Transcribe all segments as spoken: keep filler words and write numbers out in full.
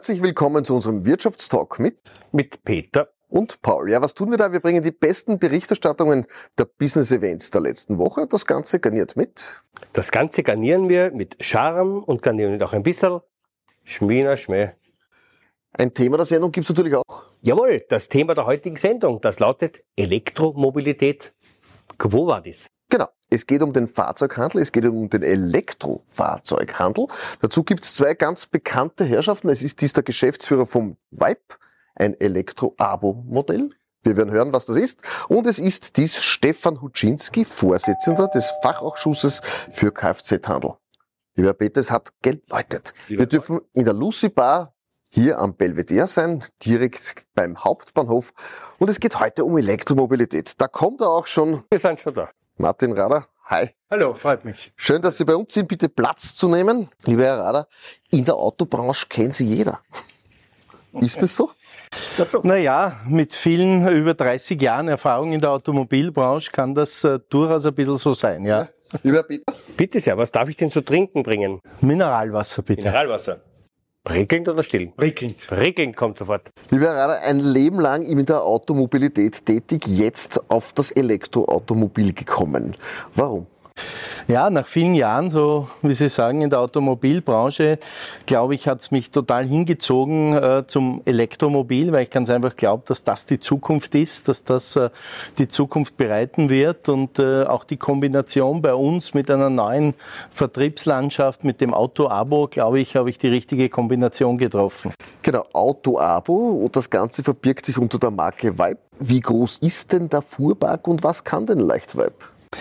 Herzlich willkommen zu unserem Wirtschaftstalk mit Mit Peter und Paul. Ja, was tun wir da? Wir bringen die besten Berichterstattungen der Business-Events der letzten Woche. Das Ganze garniert mit. Das Ganze garnieren wir mit Charme und garnieren wir auch ein bisschen Schmiener Schmäh. Ein Thema der Sendung gibt es natürlich auch. Jawohl, das Thema der heutigen Sendung, das lautet Elektromobilität. Quo vadis? Genau. Es geht um den Fahrzeughandel, es geht um den Elektrofahrzeughandel. Dazu gibt es zwei ganz bekannte Herrschaften. Es ist dies der Geschäftsführer vom Vibe, ein Elektro-Abo-Modell. Wir werden hören, was das ist. Und es ist dies Stefan Huczynski, Vorsitzender des Fachausschusses für Kfz-Handel. Lieber Herr Peter, es hat geläutet. Lieber Wir dürfen in der Lucy Bar hier am Belvedere sein, direkt beim Hauptbahnhof. Und es geht heute um Elektromobilität. Da kommt er auch schon. Wir sind schon da. Martin Rader, hi. Hallo, freut mich. Schön, dass Sie bei uns sind. Bitte Platz zu nehmen. Lieber Herr Rader, in der Autobranche kennt Sie jeder. Ist das so? Naja, mit vielen über dreißig Jahren Erfahrung in der Automobilbranche kann das äh, durchaus ein bisschen so sein, ja. Lieber Herr Peter? Bitte sehr, was darf ich denn zu trinken bringen? Mineralwasser bitte. Mineralwasser. Prickelnd oder still? Prickelnd. Prickelnd kommt sofort. Lieber Herr Rader, ein Leben lang in der Automobilität tätig, jetzt auf das Elektroautomobil gekommen. Warum? Ja, nach vielen Jahren, so wie Sie sagen, in der Automobilbranche, glaube ich, hat es mich total hingezogen äh, zum Elektromobil, weil ich ganz einfach glaube, dass das die Zukunft ist, dass das äh, die Zukunft bereiten wird und äh, auch die Kombination bei uns mit einer neuen Vertriebslandschaft, mit dem Auto-Abo, glaube ich, habe ich die richtige Kombination getroffen. Genau, Auto-Abo und das Ganze verbirgt sich unter der Marke Vibe. Wie groß ist denn der Fuhrpark und was kann denn leicht Vibe?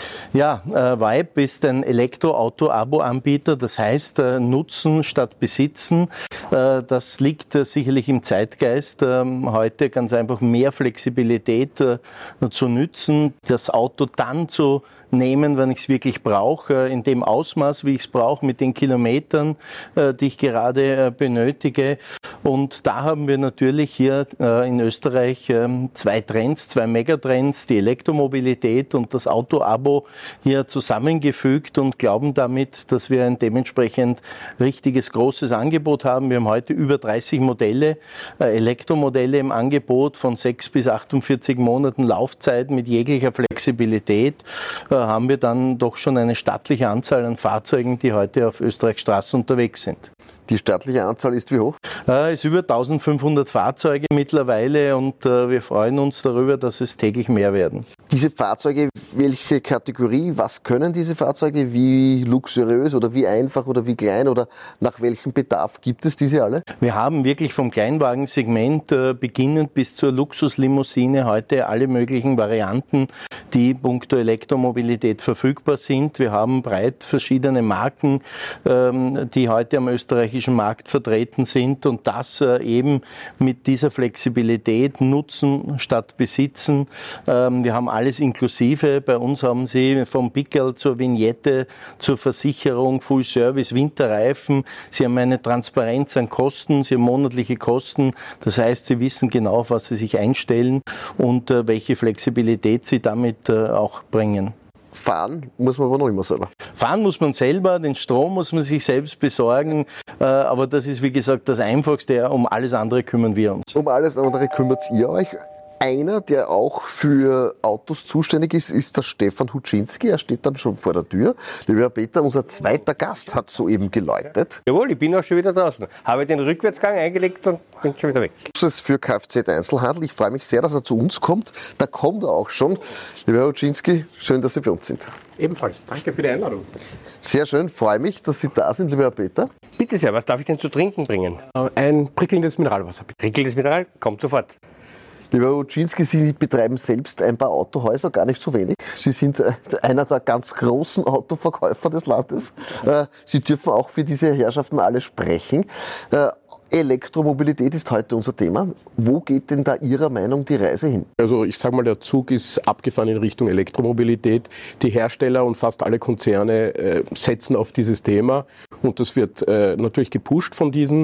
Ja, äh, Vibe ist ein Elektroauto-Abo-Anbieter, das heißt äh, Nutzen statt Besitzen. Äh, das liegt äh, sicherlich im Zeitgeist, äh, heute ganz einfach mehr Flexibilität äh, zu nützen, das Auto dann zu nehmen, wenn ich es wirklich brauche, in dem Ausmaß, wie ich es brauche, mit den Kilometern, äh, die ich gerade äh, benötige. Und da haben wir natürlich hier äh, in Österreich äh, zwei Trends, zwei Megatrends, die Elektromobilität und das Auto-Abo hier zusammengefügt und glauben damit, dass wir ein dementsprechend richtiges, großes Angebot haben. Wir haben heute über dreißig Modelle, äh, Elektromodelle im Angebot von sechs bis achtundvierzig Monaten Laufzeit mit jeglicher Flexibilität. Äh, haben wir dann doch schon eine stattliche Anzahl an Fahrzeugen, die heute auf Österreichs Straßen unterwegs sind. Die stattliche Anzahl ist wie hoch? Es ist über eintausendfünfhundert Fahrzeuge mittlerweile und äh, wir freuen uns darüber, dass es täglich mehr werden. Diese Fahrzeuge, welche Kategorie, was können diese Fahrzeuge, wie luxuriös oder wie einfach oder wie klein oder nach welchem Bedarf gibt es diese alle? Wir haben wirklich vom Kleinwagensegment äh, beginnend bis zur Luxuslimousine heute alle möglichen Varianten, die punkto Elektromobilität verfügbar sind. Wir haben breit verschiedene Marken, ähm, die heute am österreichischen Markt vertreten sind und das äh, eben mit dieser Flexibilität nutzen statt besitzen. Ähm, wir haben alles inklusive. Bei uns haben Sie vom Pickel zur Vignette, zur Versicherung, Full Service, Winterreifen. Sie haben eine Transparenz an Kosten, Sie haben monatliche Kosten. Das heißt, Sie wissen genau, auf was Sie sich einstellen und äh, welche Flexibilität Sie damit äh, auch bringen. Fahren muss man aber noch immer selber. Fahren muss man selber, den Strom muss man sich selbst besorgen, äh, aber das ist wie gesagt das Einfachste, um alles andere kümmern wir uns. Um alles andere kümmert ihr euch. Einer, der auch für Autos zuständig ist, ist der Stefan Huczynski. Er steht dann schon vor der Tür. Lieber Herr Peter, unser zweiter Gast hat soeben geläutet. Jawohl, ich bin auch schon wieder draußen. Habe den Rückwärtsgang eingelegt und bin schon wieder weg. Das ist für Kfz-Einzelhandel. Ich freue mich sehr, dass er zu uns kommt. Da kommt er auch schon. Lieber Herr Huczynski, schön, dass Sie bei uns sind. Ebenfalls, danke für die Einladung. Sehr schön, freue mich, dass Sie da sind, lieber Herr Peter. Bitte sehr, was darf ich denn zu trinken bringen? Ein prickelndes Mineralwasser, bitte. Prickelndes Mineral? Kommt sofort. Lieber Huczynski, Sie betreiben selbst ein paar Autohäuser, gar nicht so wenig. Sie sind einer der ganz großen Autoverkäufer des Landes. Sie dürfen auch für diese Herrschaften alle sprechen. Elektromobilität ist heute unser Thema. Wo geht denn da Ihrer Meinung die Reise hin? Also ich sage mal, der Zug ist abgefahren in Richtung Elektromobilität. Die Hersteller und fast alle Konzerne äh, setzen auf dieses Thema und das wird äh, natürlich gepusht von diesen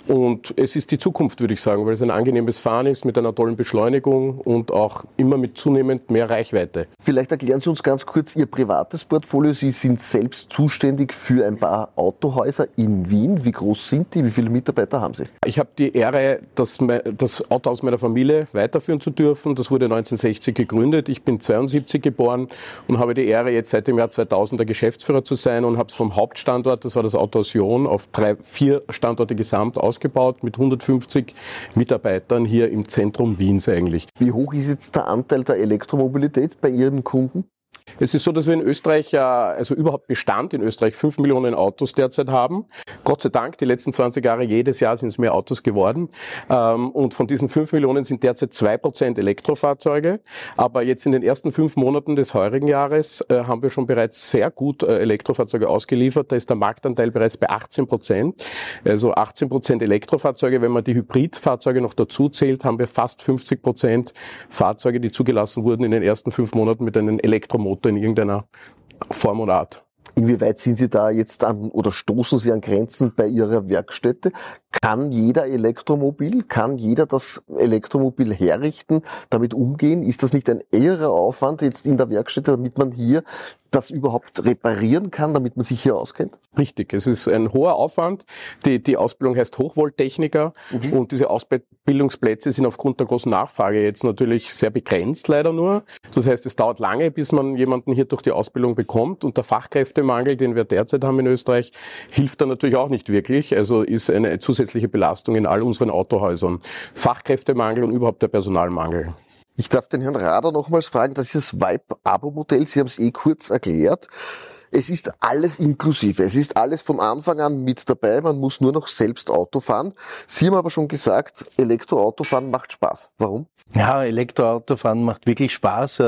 Und es ist die Zukunft, würde ich sagen, weil es ein angenehmes Fahren ist mit einer tollen Beschleunigung und auch immer mit zunehmend mehr Reichweite. Vielleicht erklären Sie uns ganz kurz Ihr privates Portfolio. Sie sind selbst zuständig für ein paar Autohäuser in Wien. Wie groß sind die? Wie viele Mitarbeiter haben Sie? Ich habe die Ehre, das, das Autohaus meiner Familie weiterführen zu dürfen. Das wurde neunzehnhundertsechzig gegründet. Ich bin zweiundsiebzig geboren und habe die Ehre, jetzt seit dem Jahr zweitausend der Geschäftsführer zu sein und habe es vom Hauptstandort, das war das Autohaus Sion, auf drei, vier Standorte gesamt ausgebaut mit hundertfünfzig Mitarbeitern hier im Zentrum Wiens eigentlich. Wie hoch ist jetzt der Anteil der Elektromobilität bei Ihren Kunden? Es ist so, dass wir in Österreich, also überhaupt Bestand in Österreich, fünf Millionen Autos derzeit haben. Gott sei Dank, die letzten zwanzig Jahre, jedes Jahr sind es mehr Autos geworden. Und von diesen fünf Millionen sind derzeit zwei Prozent Elektrofahrzeuge. Aber jetzt in den ersten fünf Monaten des heurigen Jahres haben wir schon bereits sehr gut Elektrofahrzeuge ausgeliefert. Da ist der Marktanteil bereits bei achtzehn Prozent. Also achtzehn Prozent Elektrofahrzeuge. Wenn man die Hybridfahrzeuge noch dazu zählt, haben wir fast fünfzig Prozent Fahrzeuge, die zugelassen wurden in den ersten fünf Monaten mit einem Elektromotor in irgendeiner Form oder Art. Inwieweit sind Sie da jetzt an oder stoßen Sie an Grenzen bei Ihrer Werkstätte? Kann jeder Elektromobil, kann jeder das Elektromobil herrichten, damit umgehen? Ist das nicht ein eherer Aufwand jetzt in der Werkstätte, damit man hier das überhaupt reparieren kann, damit man sich hier auskennt? Richtig, es ist ein hoher Aufwand. Die, die Ausbildung heißt Hochvolttechniker mhm. und diese Ausbildungsplätze sind aufgrund der großen Nachfrage jetzt natürlich sehr begrenzt, leider nur. Das heißt, es dauert lange, bis man jemanden hier durch die Ausbildung bekommt und der Fachkräftemangel, den wir derzeit haben in Österreich, hilft da natürlich auch nicht wirklich. Also ist eine zusätzliche Belastung in all unseren Autohäusern. Fachkräftemangel und überhaupt der Personalmangel. Ich darf den Herrn Rader nochmals fragen, das ist das Vibe-Abo-Modell, Sie haben es eh kurz erklärt. Es ist alles inklusive, es ist alles von Anfang an mit dabei, man muss nur noch selbst Auto fahren. Sie haben aber schon gesagt, Elektroautofahren macht Spaß. Warum? Ja, Elektroautofahren macht wirklich Spaß,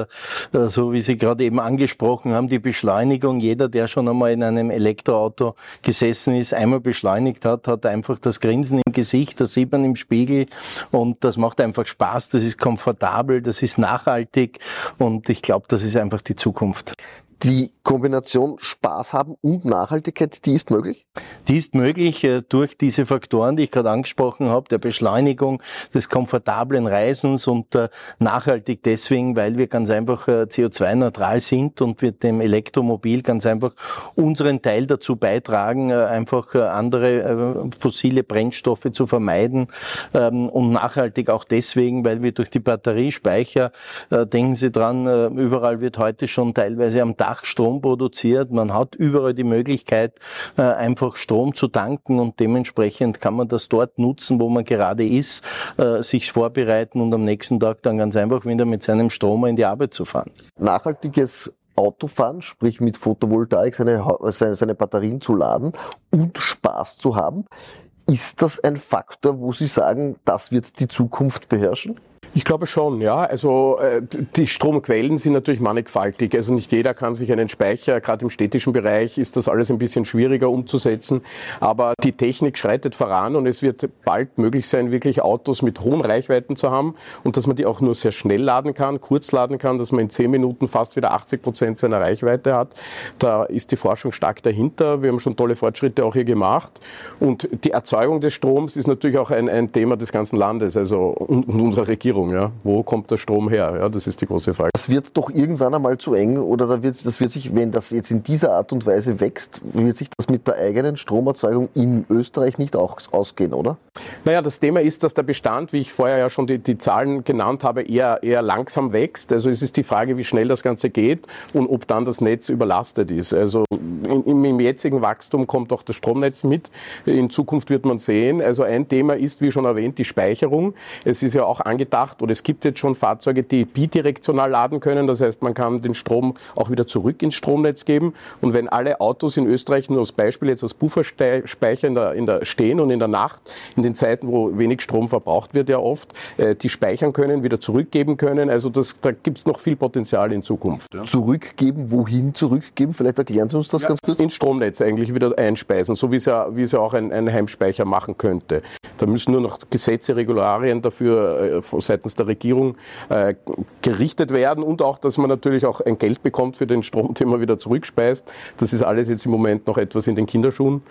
so wie Sie gerade eben angesprochen haben, die Beschleunigung. Jeder, der schon einmal in einem Elektroauto gesessen ist, einmal beschleunigt hat, hat einfach das Grinsen im Gesicht, das sieht man im Spiegel und das macht einfach Spaß, das ist komfortabel, das ist nachhaltig und ich glaube, das ist einfach die Zukunft. Die Kombination Spaß haben und Nachhaltigkeit, die ist möglich? Die ist möglich äh, durch diese Faktoren, die ich gerade angesprochen habe, der Beschleunigung, des komfortablen Reisens und äh, nachhaltig deswegen, weil wir ganz einfach äh, C O zwei neutral sind und wir dem Elektromobil ganz einfach unseren Teil dazu beitragen, äh, einfach äh, andere äh, fossile Brennstoffe zu vermeiden ähm, und nachhaltig auch deswegen, weil wir durch die Batteriespeicher, äh, denken Sie dran, äh, überall wird heute schon teilweise am Tag Strom produziert. Man hat überall die Möglichkeit, äh, einfach Strom zu tanken und dementsprechend kann man das dort nutzen, wo man gerade ist, äh, sich vorbereiten und am nächsten Tag dann ganz einfach wieder mit seinem Strom in die Arbeit zu fahren. Nachhaltiges Autofahren, sprich mit Photovoltaik seine, seine, seine Batterien zu laden und Spaß zu haben. Ist das ein Faktor, wo Sie sagen, das wird die Zukunft beherrschen? Ich glaube schon, ja. Also äh, die Stromquellen sind natürlich mannigfaltig. Also nicht jeder kann sich einen Speicher, gerade im städtischen Bereich ist das alles ein bisschen schwieriger umzusetzen. Aber die Technik schreitet voran und es wird bald möglich sein, wirklich Autos mit hohen Reichweiten zu haben und dass man die auch nur sehr schnell laden kann, kurz laden kann, dass man in zehn Minuten fast wieder achtzig Prozent seiner Reichweite hat. Da ist die Forschung stark dahinter. Wir haben schon tolle Fortschritte auch hier gemacht. Und die Erzeugung des Stroms ist natürlich auch ein, ein Thema des ganzen Landes, also und, und unserer Regierung. Ja. Wo kommt der Strom her? Ja, das ist die große Frage. Das wird doch irgendwann einmal zu eng oder da wird, das wird sich, wenn das jetzt in dieser Art und Weise wächst, wird sich das mit der eigenen Stromerzeugung in Österreich nicht auch ausgehen, oder? Naja, das Thema ist, dass der Bestand, wie ich vorher ja schon die, die Zahlen genannt habe, eher, eher langsam wächst. Also es ist die Frage, wie schnell das Ganze geht und ob dann das Netz überlastet ist. Also im, im jetzigen Wachstum kommt auch das Stromnetz mit. In Zukunft wird man sehen. Also ein Thema ist, wie schon erwähnt, die Speicherung. Es ist ja auch angedacht, oder es gibt jetzt schon Fahrzeuge, die bidirektional laden können. Das heißt, man kann den Strom auch wieder zurück ins Stromnetz geben. Und wenn alle Autos in Österreich nur als Beispiel jetzt als Pufferspeicher in der, in der stehen und in der Nacht, in den Zeiten, wo wenig Strom verbraucht wird ja oft, äh, die speichern können, wieder zurückgeben können. Also das, da gibt es noch viel Potenzial in Zukunft. Ja. Zurückgeben, wohin zurückgeben? Vielleicht erklären Sie uns das ja, ganz kurz. Ins Stromnetz eigentlich wieder einspeisen, so wie es ja, wie es ja auch ein, ein Heimspeicher machen könnte. Da müssen nur noch Gesetze, Regularien dafür äh, seitens der Regierung äh, gerichtet werden und auch, dass man natürlich auch ein Geld bekommt für den Strom, den man wieder zurückspeist. Das ist alles jetzt im Moment noch etwas in den Kinderschuhen.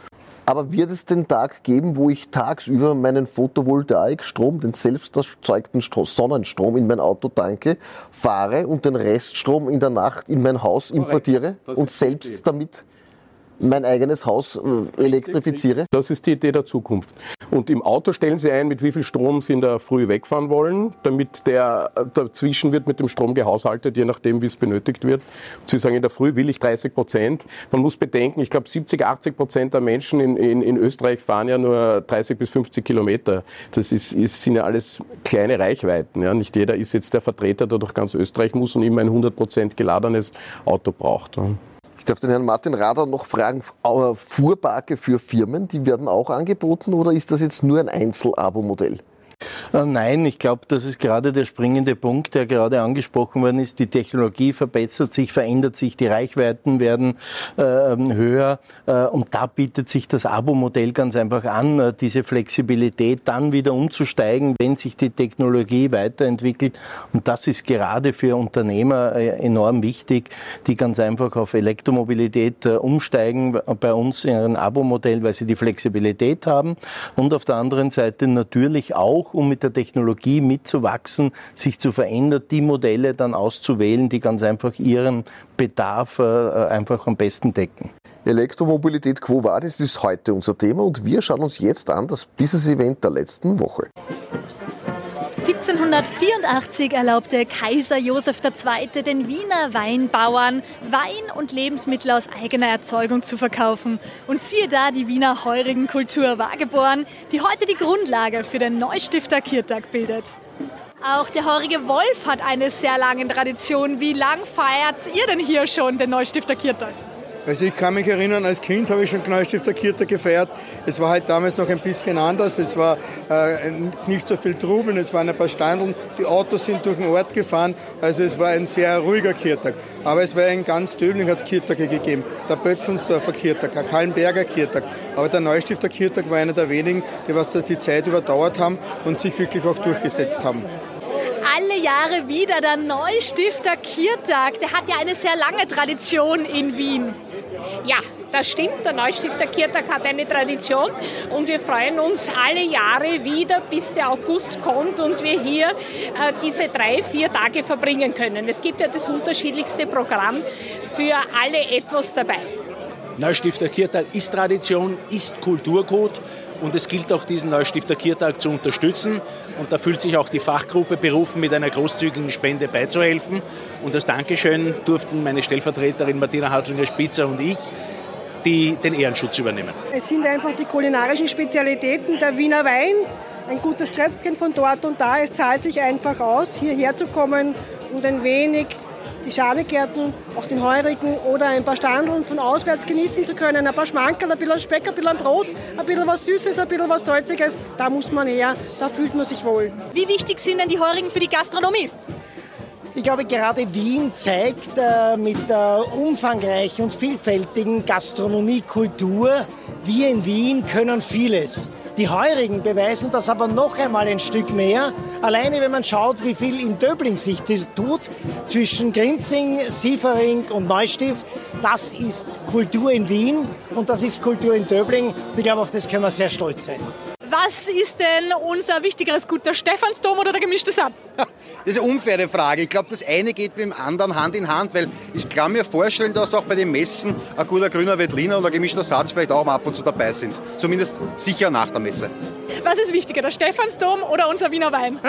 Aber wird es den Tag geben, wo ich tagsüber meinen Photovoltaikstrom, den selbst erzeugten Stro- Sonnenstrom in mein Auto tanke, fahre und den Reststrom in der Nacht in mein Haus importiere und selbst damit mein eigenes Haus äh, elektrifiziere? Das ist die Idee der Zukunft. Und im Auto stellen Sie ein, mit wie viel Strom Sie in der Früh wegfahren wollen, damit der dazwischen wird mit dem Strom gehaushaltet, je nachdem, wie es benötigt wird. Und Sie sagen, in der Früh will ich dreißig Prozent. Man muss bedenken, ich glaube, siebzig, achtzig Prozent der Menschen in, in, in Österreich fahren ja nur dreißig bis fünfzig Kilometer. Das ist, ist, sind ja alles kleine Reichweiten. Ja. Nicht jeder ist jetzt der Vertreter, der durch ganz Österreich muss und immer ein hundert Prozent geladenes Auto braucht. Ja. Ich darf den Herrn Martin Rader noch fragen, Fuhrparke für Firmen, die werden auch angeboten oder ist das jetzt nur ein Einzelabo-Modell? Nein, ich glaube, das ist gerade der springende Punkt, der gerade angesprochen worden ist. Die Technologie verbessert sich, verändert sich, die Reichweiten werden äh, höher äh, und da bietet sich das Abo-Modell ganz einfach an, äh, diese Flexibilität dann wieder umzusteigen, wenn sich die Technologie weiterentwickelt. Und das ist gerade für Unternehmer äh, enorm wichtig, die ganz einfach auf Elektromobilität äh, umsteigen bei uns in ein Abo-Modell, weil sie die Flexibilität haben und auf der anderen Seite natürlich auch, um mit der Technologie mitzuwachsen, sich zu verändern, die Modelle dann auszuwählen, die ganz einfach ihren Bedarf äh, einfach am besten decken. Elektromobilität Quo Vadis ist heute unser Thema und wir schauen uns jetzt an das Business-Event der letzten Woche. siebzehnhundertvierundachtzig erlaubte Kaiser Joseph der Zweite. den Wiener Weinbauern Wein und Lebensmittel aus eigener Erzeugung zu verkaufen. Und siehe da, die Wiener Heurigenkultur war geboren, die heute die Grundlage für den Neustifter Kirtag bildet. Auch der Heurige Wolf hat eine sehr lange Tradition. Wie lang feiert ihr denn hier schon den Neustifter Kirtag? Also ich kann mich erinnern, als Kind habe ich schon Neustifter Kirtag gefeiert. Es war halt damals noch ein bisschen anders. Es war äh, nicht so viel Trubel, es waren ein paar Standeln. Die Autos sind durch den Ort gefahren. Also es war ein sehr ruhiger Kirtag. Aber es war ein ganz Döbling hat es Kirtage gegeben. Der Bötzensdorfer Kirtag, der Kallenberger Kirtag. Aber der Neustifter Kirtag war einer der wenigen, die was die Zeit überdauert haben und sich wirklich auch durchgesetzt haben. Alle Jahre wieder der Neustifter Kirtag. Der hat ja eine sehr lange Tradition in Wien. Ja, das stimmt. Der Neustifter Kirtag hat eine Tradition und wir freuen uns alle Jahre wieder, bis der August kommt und wir hier äh, diese drei, vier Tage verbringen können. Es gibt ja das unterschiedlichste Programm, für alle etwas dabei. Neustifter Kirtag ist Tradition, ist Kulturgut. Und es gilt auch, diesen Neustifter Kirtag zu unterstützen. Und da fühlt sich auch die Fachgruppe berufen, mit einer großzügigen Spende beizuhelfen. Und als Dankeschön durften meine Stellvertreterin Martina Haslinger-Spitzer und ich die, den Ehrenschutz übernehmen. Es sind einfach die kulinarischen Spezialitäten, der Wiener Wein, ein gutes Tröpfchen von dort und da. Es zahlt sich einfach aus, hierher zu kommen und ein wenig die Schanigärten, auch den Heurigen oder ein paar Standeln von auswärts genießen zu können. Ein paar Schmankerl, ein bisschen Speck, ein bisschen Brot, ein bisschen was Süßes, ein bisschen was Salziges. Da muss man her, da fühlt man sich wohl. Wie wichtig sind denn die Heurigen für die Gastronomie? Ich glaube, gerade Wien zeigt äh, mit der umfangreichen und vielfältigen Gastronomiekultur, wir in Wien können vieles. Die Heurigen beweisen das aber noch einmal ein Stück mehr. Alleine wenn man schaut, wie viel in Döbling sich das tut, zwischen Grinzing, Siefering und Neustift, das ist Kultur in Wien und das ist Kultur in Döbling. Ich glaube, auf das können wir sehr stolz sein. Was ist denn unser wichtigeres Gut, der Stephansdom oder der gemischte Satz? Das ist eine unfaire Frage. Ich glaube, das eine geht mit dem anderen Hand in Hand, weil ich kann mir vorstellen, dass auch bei den Messen ein guter grüner Veltliner und ein gemischter Satz vielleicht auch mal ab und zu dabei sind. Zumindest sicher nach der Messe. Was ist wichtiger, der Stephansdom oder unser Wiener Wein?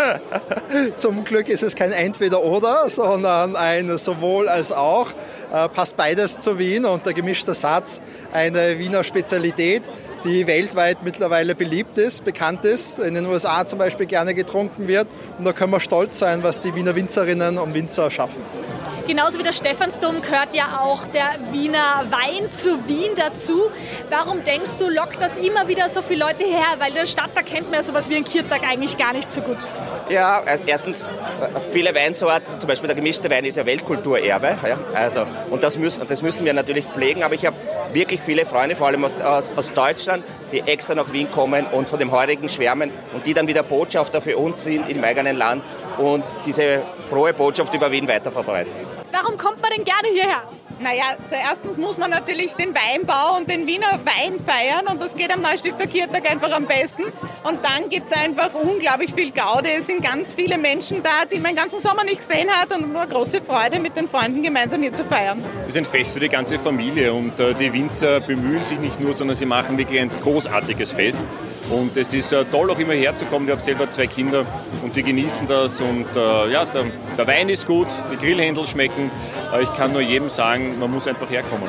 Zum Glück ist es kein Entweder-Oder, sondern ein sowohl als auch. Äh, passt beides zu Wien und der gemischte Satz eine Wiener Spezialität, die weltweit mittlerweile beliebt ist, bekannt ist, in den U S A zum Beispiel gerne getrunken wird. Und da können wir stolz sein, was die Wiener Winzerinnen und Winzer schaffen. Genauso wie der Stephansdom gehört ja auch der Wiener Wein zu Wien dazu. Warum denkst du, lockt das immer wieder so viele Leute her? Weil in der Stadt, da kennt man ja sowas wie einen Kirtag eigentlich gar nicht so gut. Ja, also erstens, viele Weinsorten, zum Beispiel der gemischte Wein ist ja Weltkulturerbe. Ja, also, und das müssen, das müssen wir natürlich pflegen. Aber ich habe wirklich viele Freunde, vor allem aus, aus, aus Deutschland, die extra nach Wien kommen und von dem Heurigen schwärmen und die dann wieder Botschafter für uns sind im eigenen Land und diese frohe Botschaft über Wien weiterverbreiten. Warum kommt man denn gerne hierher? Naja, zuerst muss man natürlich den Weinbau und den Wiener Wein feiern und das geht am Neustifter Kirtag einfach am besten. Und dann gibt es einfach unglaublich viel Gaude. Es sind ganz viele Menschen da, die man den ganzen Sommer nicht gesehen hat und nur große Freude, mit den Freunden gemeinsam hier zu feiern. Es ist ein Fest für die ganze Familie und äh, die Winzer bemühen sich nicht nur, sondern sie machen wirklich ein großartiges Fest. Und es ist äh, toll, auch immer herzukommen. Ich habe selber zwei Kinder und die genießen das. Und äh, ja, der, der Wein ist gut, die Grillhändel schmecken. Äh, ich kann nur jedem sagen, man muss einfach herkommen.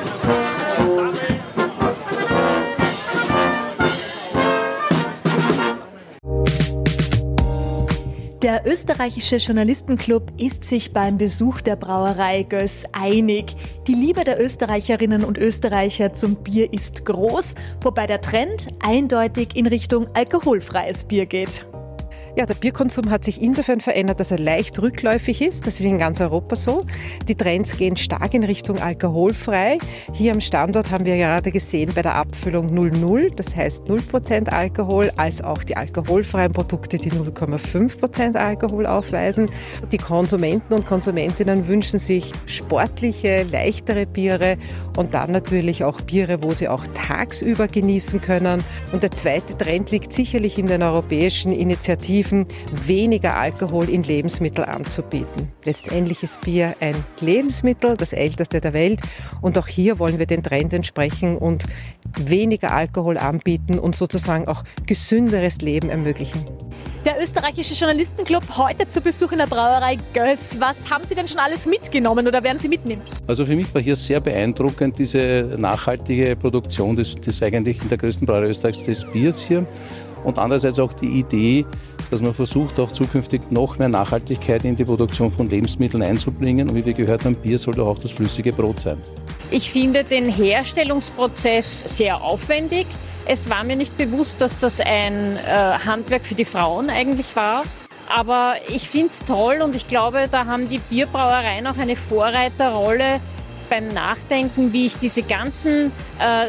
Der österreichische Journalistenclub ist sich beim Besuch der Brauerei Göss einig. Die Liebe der Österreicherinnen und Österreicher zum Bier ist groß, wobei der Trend eindeutig in Richtung alkoholfreies Bier geht. Ja, der Bierkonsum hat sich insofern verändert, dass er leicht rückläufig ist. Das ist in ganz Europa so. Die Trends gehen stark in Richtung alkoholfrei. Hier am Standort haben wir gerade gesehen bei der Abfüllung null Komma null, das heißt null Prozent Alkohol, als auch die alkoholfreien Produkte, die null Komma fünf Prozent Alkohol aufweisen. Die Konsumenten und Konsumentinnen wünschen sich sportliche, leichtere Biere und dann natürlich auch Biere, wo sie auch tagsüber genießen können. Und der zweite Trend liegt sicherlich in den europäischen Initiativen, weniger Alkohol in Lebensmittel anzubieten. Letztendlich ist Bier ein Lebensmittel, das älteste der Welt. Und auch hier wollen wir den Trend entsprechen und weniger Alkohol anbieten und sozusagen auch gesünderes Leben ermöglichen. Der österreichische Journalistenclub heute zu Besuch in der Brauerei Göss. Was haben Sie denn schon alles mitgenommen oder werden Sie mitnehmen? Also für mich war hier sehr beeindruckend diese nachhaltige Produktion des, des eigentlich in der größten Brauerei Österreichs des Biers hier. Und andererseits auch die Idee, dass man versucht, auch zukünftig noch mehr Nachhaltigkeit in die Produktion von Lebensmitteln einzubringen. Und wie wir gehört haben, Bier soll doch auch das flüssige Brot sein. Ich finde den Herstellungsprozess sehr aufwendig. Es war mir nicht bewusst, dass das ein äh, Handwerk für die Frauen eigentlich war. Aber ich finde es toll und ich glaube, da haben die Bierbrauereien auch eine Vorreiterrolle beim Nachdenken, wie ich diese ganzen äh,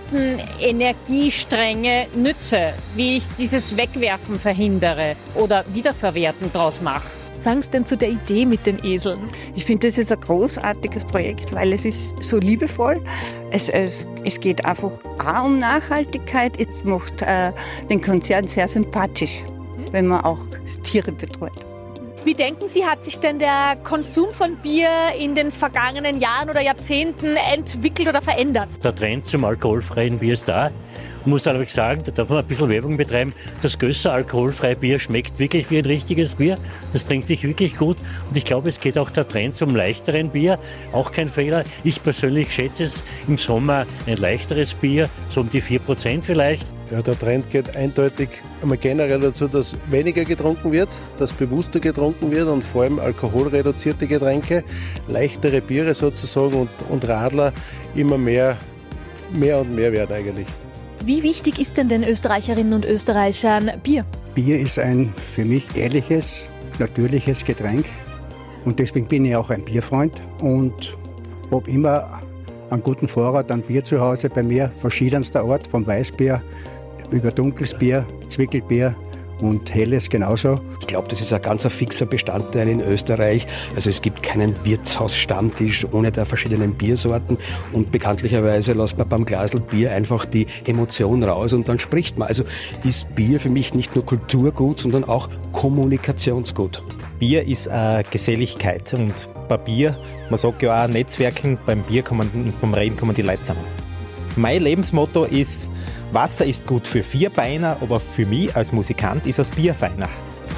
Seitenenergiestränge nütze, wie ich dieses Wegwerfen verhindere oder Wiederverwerten daraus mache. Sagen Sie denn zu der Idee mit den Eseln? Ich finde, das ist ein großartiges Projekt, weil es ist so liebevoll. Es, es, es geht einfach auch um Nachhaltigkeit. Es macht äh, den Konzern sehr sympathisch, wenn man auch Tiere betreut. Wie denken Sie, hat sich denn der Konsum von Bier in den vergangenen Jahren oder Jahrzehnten entwickelt oder verändert? Der Trend zum alkoholfreien Bier ist da. Ich muss allerdings sagen, da darf man ein bisschen Werbung betreiben. Das Gösser alkoholfreie Bier schmeckt wirklich wie ein richtiges Bier. Das trinkt sich wirklich gut. Und ich glaube, es geht auch der Trend zum leichteren Bier. Auch kein Fehler. Ich persönlich schätze es im Sommer ein leichteres Bier, so um die vier Prozent vielleicht. Ja, der Trend geht eindeutig einmal generell dazu, dass weniger getrunken wird, dass bewusster getrunken wird und vor allem alkoholreduzierte Getränke, leichtere Biere sozusagen und, und Radler immer mehr, mehr und mehr werden eigentlich. Wie wichtig ist denn den Österreicherinnen und Österreichern Bier? Bier ist ein für mich ehrliches, natürliches Getränk und deswegen bin ich auch ein Bierfreund und habe immer einen guten Vorrat an Bier zu Hause bei mir, verschiedenster Art, vom Weißbier über dunkles Bier, Zwickelbier und helles genauso. Ich glaube, das ist ein ganz fixer Bestandteil in Österreich. Also es gibt keinen Wirtshausstammtisch ohne der verschiedenen Biersorten und bekanntlicherweise lässt man beim Glasl Bier einfach die Emotion raus und dann spricht man. Also ist Bier für mich nicht nur Kulturgut, sondern auch Kommunikationsgut. Bier ist eine Geselligkeit und bei Bier, man sagt ja auch Netzwerken, beim Bier kann man, beim Reden kommen die Leute zusammen. Mein Lebensmotto ist, Wasser ist gut für Vierbeiner, aber für mich als Musikant ist das Bier feiner.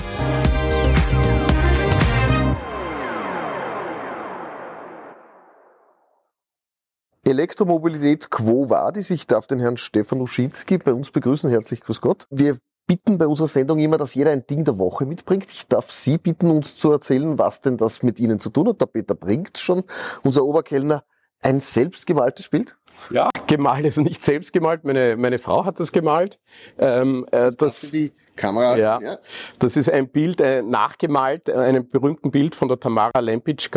Elektromobilität Quo Vadis. Ich darf den Herrn Stefan Uschinski bei uns begrüßen. Herzlich grüß Gott. Wir bitten bei unserer Sendung immer, dass jeder ein Ding der Woche mitbringt. Ich darf Sie bitten, uns zu erzählen, was denn das mit Ihnen zu tun hat. Der Peter bringt's schon, unser Oberkellner. Ein selbstgemaltes Bild? Ja, gemalt, also nicht selbst gemalt, meine, meine Frau hat das gemalt. Ähm, äh, das, das die Kamera. Ja, ja. Das ist ein Bild, äh, nachgemalt, äh, einem berühmten Bild von der Tamara Lempicka,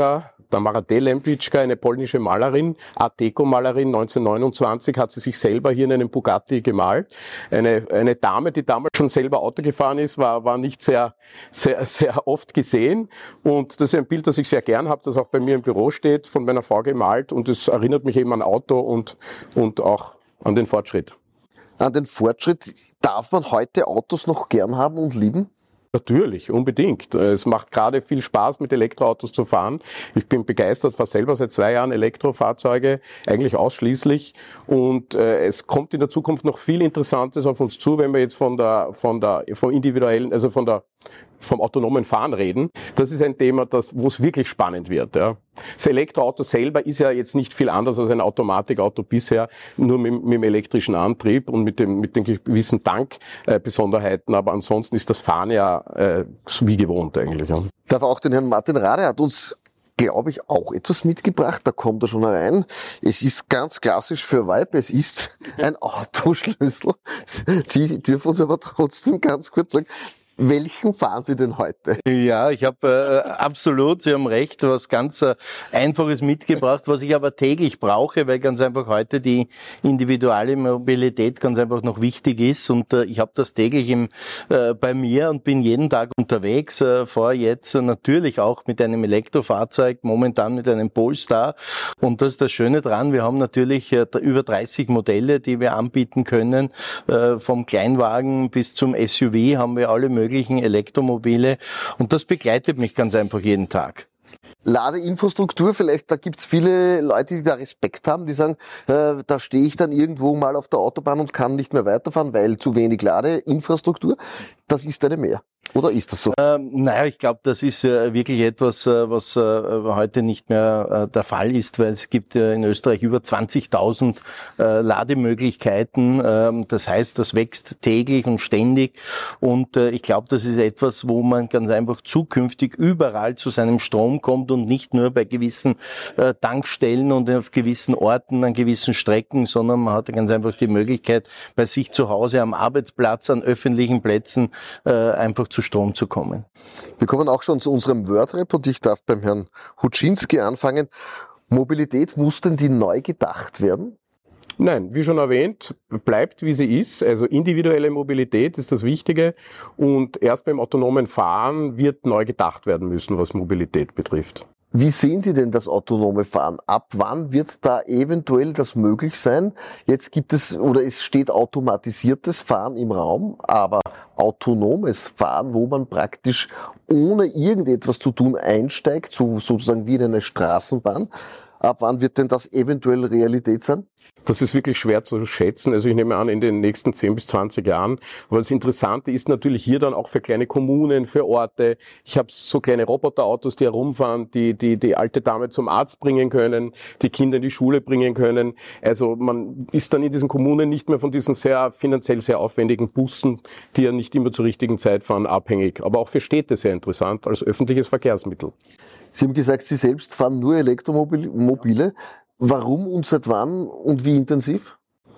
Tamara Delempicka, eine polnische Malerin, Art Deco-Malerin, neunzehnhundertneunundzwanzig hat sie sich selber hier in einem Bugatti gemalt. Eine, eine Dame, die damals schon selber Auto gefahren ist, war, war nicht sehr, sehr, sehr oft gesehen. Und das ist ein Bild, das ich sehr gern habe, das auch bei mir im Büro steht, von meiner Frau gemalt. Und es erinnert mich eben an Auto und, und auch an den Fortschritt. An den Fortschritt. Darf man heute Autos noch gern haben und lieben? Natürlich, unbedingt. Es macht gerade viel Spaß, mit Elektroautos zu fahren. Ich bin begeistert, fahre selber seit zwei Jahren Elektrofahrzeuge, eigentlich ausschließlich. Und äh, es kommt in der Zukunft noch viel Interessantes auf uns zu, wenn wir jetzt von der, von der, vom individuellen, also von der, vom autonomen Fahren reden. Das ist ein Thema, das, wo es wirklich spannend wird. Ja. Das Elektroauto selber ist ja jetzt nicht viel anders als ein Automatikauto bisher, nur mit, mit dem elektrischen Antrieb und mit dem mit den gewissen Tankbesonderheiten. Äh, Aber ansonsten ist das Fahren ja äh, wie gewohnt eigentlich. Ja. Darf auch den Herrn Martin Rade hat uns, glaube ich, auch etwas mitgebracht. Da kommt er schon rein. Es ist ganz klassisch für Vibe. Es ist ein Autoschlüssel. Sie dürfen uns aber trotzdem ganz kurz sagen, welchen fahren Sie denn heute? Ja, ich habe äh, absolut, Sie haben recht, was ganz äh, Einfaches mitgebracht, was ich aber täglich brauche, weil ganz einfach heute die individuelle Mobilität ganz einfach noch wichtig ist und äh, ich habe das täglich im, äh, bei mir und bin jeden Tag unterwegs, äh, fahre jetzt äh, natürlich auch mit einem Elektrofahrzeug, momentan mit einem Polestar und das ist das Schöne dran, wir haben natürlich äh, über dreißig Modelle, die wir anbieten können, äh, vom Kleinwagen bis zum S U V haben wir alle möglichen Elektromobile und das begleitet mich ganz einfach jeden Tag. Ladeinfrastruktur, vielleicht, da gibt's viele Leute, die da Respekt haben, die sagen, äh, da stehe ich dann irgendwo mal auf der Autobahn und kann nicht mehr weiterfahren, weil zu wenig Ladeinfrastruktur. Das ist eine mehr. Oder ist das so? Ähm, naja, ich glaube, das ist äh, wirklich etwas, äh, was äh, heute nicht mehr äh, der Fall ist, weil es gibt äh, in Österreich über zwanzigtausend äh, Lademöglichkeiten. Ähm, das heißt, das wächst täglich und ständig. Und äh, ich glaube, das ist etwas, wo man ganz einfach zukünftig überall zu seinem Strom kommt und nicht nur bei gewissen äh, Tankstellen und auf gewissen Orten, an gewissen Strecken, sondern man hat ganz einfach die Möglichkeit, bei sich zu Hause am Arbeitsplatz, an öffentlichen Plätzen äh, einfach zu Strom zu kommen. Wir kommen auch schon zu unserem Wordrap und ich darf beim Herrn Huczynski anfangen. Mobilität, muss denn die neu gedacht werden? Nein, wie schon erwähnt, bleibt wie sie ist. Also individuelle Mobilität ist das Wichtige und erst beim autonomen Fahren wird neu gedacht werden müssen, was Mobilität betrifft. Wie sehen Sie denn das autonome Fahren? Ab wann wird da eventuell das möglich sein? Jetzt gibt es, oder es steht automatisiertes Fahren im Raum, aber autonomes Fahren, wo man praktisch ohne irgendetwas zu tun einsteigt, so, sozusagen wie in eine Straßenbahn. Ab wann wird denn das eventuell Realität sein? Das ist wirklich schwer zu schätzen. Also ich nehme an, in den nächsten zehn bis zwanzig Jahren. Aber das Interessante ist natürlich hier dann auch für kleine Kommunen, für Orte. Ich habe so kleine Roboterautos, die herumfahren, die, die die alte Dame zum Arzt bringen können, die Kinder in die Schule bringen können. Also man ist dann in diesen Kommunen nicht mehr von diesen sehr finanziell sehr aufwendigen Bussen, die ja nicht immer zur richtigen Zeit fahren, abhängig. Aber auch für Städte sehr interessant als öffentliches Verkehrsmittel. Sie haben gesagt, Sie selbst fahren nur Elektromobile. Warum und seit wann und wie intensiv?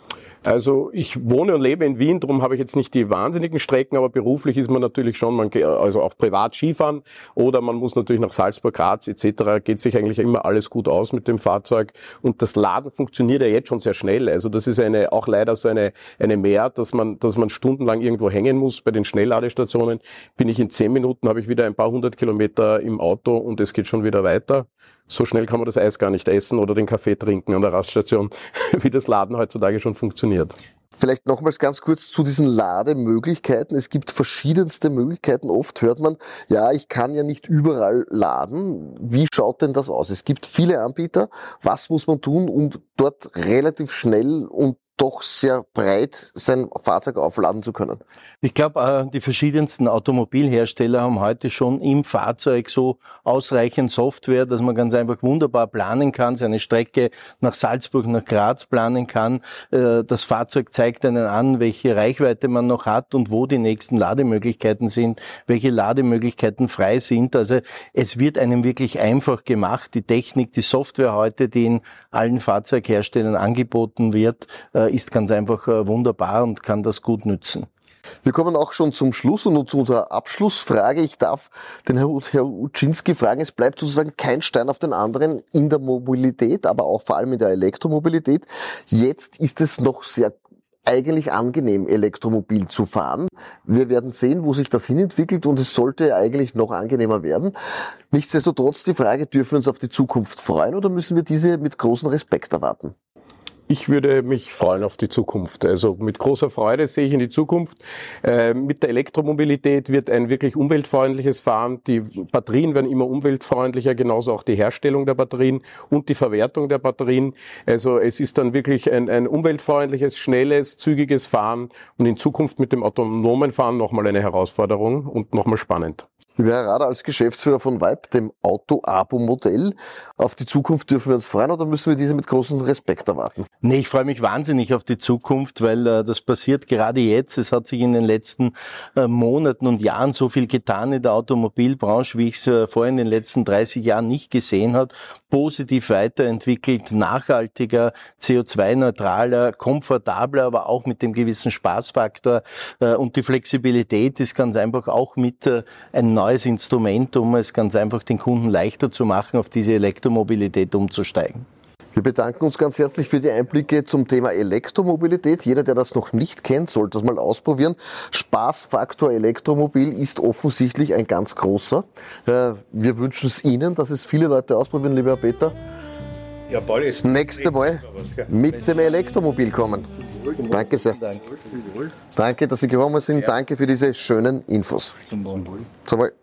Also ich wohne und lebe in Wien, darum habe ich jetzt nicht die wahnsinnigen Strecken, aber beruflich ist man natürlich schon, man geht also auch privat Skifahren oder man muss natürlich nach Salzburg, Graz et cetera. Geht sich eigentlich immer alles gut aus mit dem Fahrzeug und das Laden funktioniert ja jetzt schon sehr schnell. Also das ist eine auch leider so eine eine Mehr, dass man dass man stundenlang irgendwo hängen muss. Bei den Schnellladestationen bin ich in zehn Minuten, habe ich wieder ein paar hundert Kilometer im Auto und es geht schon wieder weiter. So schnell kann man das Eis gar nicht essen oder den Kaffee trinken an der Raststation, wie das Laden heutzutage schon funktioniert. Vielleicht nochmals ganz kurz zu diesen Lademöglichkeiten. Es gibt verschiedenste Möglichkeiten. Oft hört man, ja, ich kann ja nicht überall laden. Wie schaut denn das aus? Es gibt viele Anbieter. Was muss man tun, um dort relativ schnell und doch sehr breit sein Fahrzeug aufladen zu können? Ich glaube, die verschiedensten Automobilhersteller haben heute schon im Fahrzeug so ausreichend Software, dass man ganz einfach wunderbar planen kann, seine Strecke nach Salzburg, nach Graz planen kann. Das Fahrzeug zeigt einen an, welche Reichweite man noch hat und wo die nächsten Lademöglichkeiten sind, welche Lademöglichkeiten frei sind. Also es wird einem wirklich einfach gemacht. Die Technik, die Software heute, die in allen Fahrzeugherstellern angeboten wird, ist ganz einfach wunderbar und kann das gut nützen. Wir kommen auch schon zum Schluss und zu unserer Abschlussfrage. Ich darf den Herrn Uczynski fragen, es bleibt sozusagen kein Stein auf den anderen in der Mobilität, aber auch vor allem in der Elektromobilität. Jetzt ist es noch sehr eigentlich angenehm, elektromobil zu fahren. Wir werden sehen, wo sich das hinentwickelt und es sollte eigentlich noch angenehmer werden. Nichtsdestotrotz die Frage, dürfen wir uns auf die Zukunft freuen oder müssen wir diese mit großem Respekt erwarten? Ich würde mich freuen auf die Zukunft. Also mit großer Freude sehe ich in die Zukunft. Äh, mit der Elektromobilität wird ein wirklich umweltfreundliches Fahren. Die Batterien werden immer umweltfreundlicher, genauso auch die Herstellung der Batterien und die Verwertung der Batterien. Also es ist dann wirklich ein, ein umweltfreundliches, schnelles, zügiges Fahren und in Zukunft mit dem autonomen Fahren nochmal eine Herausforderung und nochmal spannend. Lieber Herr Rader, als Geschäftsführer von Vibe, dem Auto-Abo-Modell, auf die Zukunft dürfen wir uns freuen oder müssen wir diese mit großem Respekt erwarten? Nee, ich freue mich wahnsinnig auf die Zukunft, weil äh, das passiert gerade jetzt. Es hat sich in den letzten äh, Monaten und Jahren so viel getan in der Automobilbranche, wie ich es äh, vorher in den letzten dreißig Jahren nicht gesehen habe. Positiv weiterentwickelt, nachhaltiger, C O zwei neutraler, komfortabler, aber auch mit dem gewissen Spaßfaktor. Äh, und die Flexibilität ist ganz einfach auch mit äh, ein neues Instrument, um es ganz einfach den Kunden leichter zu machen, auf diese Elektromobilität umzusteigen. Wir bedanken uns ganz herzlich für die Einblicke zum Thema Elektromobilität. Jeder, der das noch nicht kennt, sollte das mal ausprobieren. Spaßfaktor Elektromobil ist offensichtlich ein ganz großer. Wir wünschen es Ihnen, dass es viele Leute ausprobieren, lieber Herr Peter. Ja, Paul, das nächste Mal mit dem Elektromobil kommen. Danke sehr. Danke, dass Sie gekommen sind. Danke für diese schönen Infos. Zum Wohl. Zum Wohl.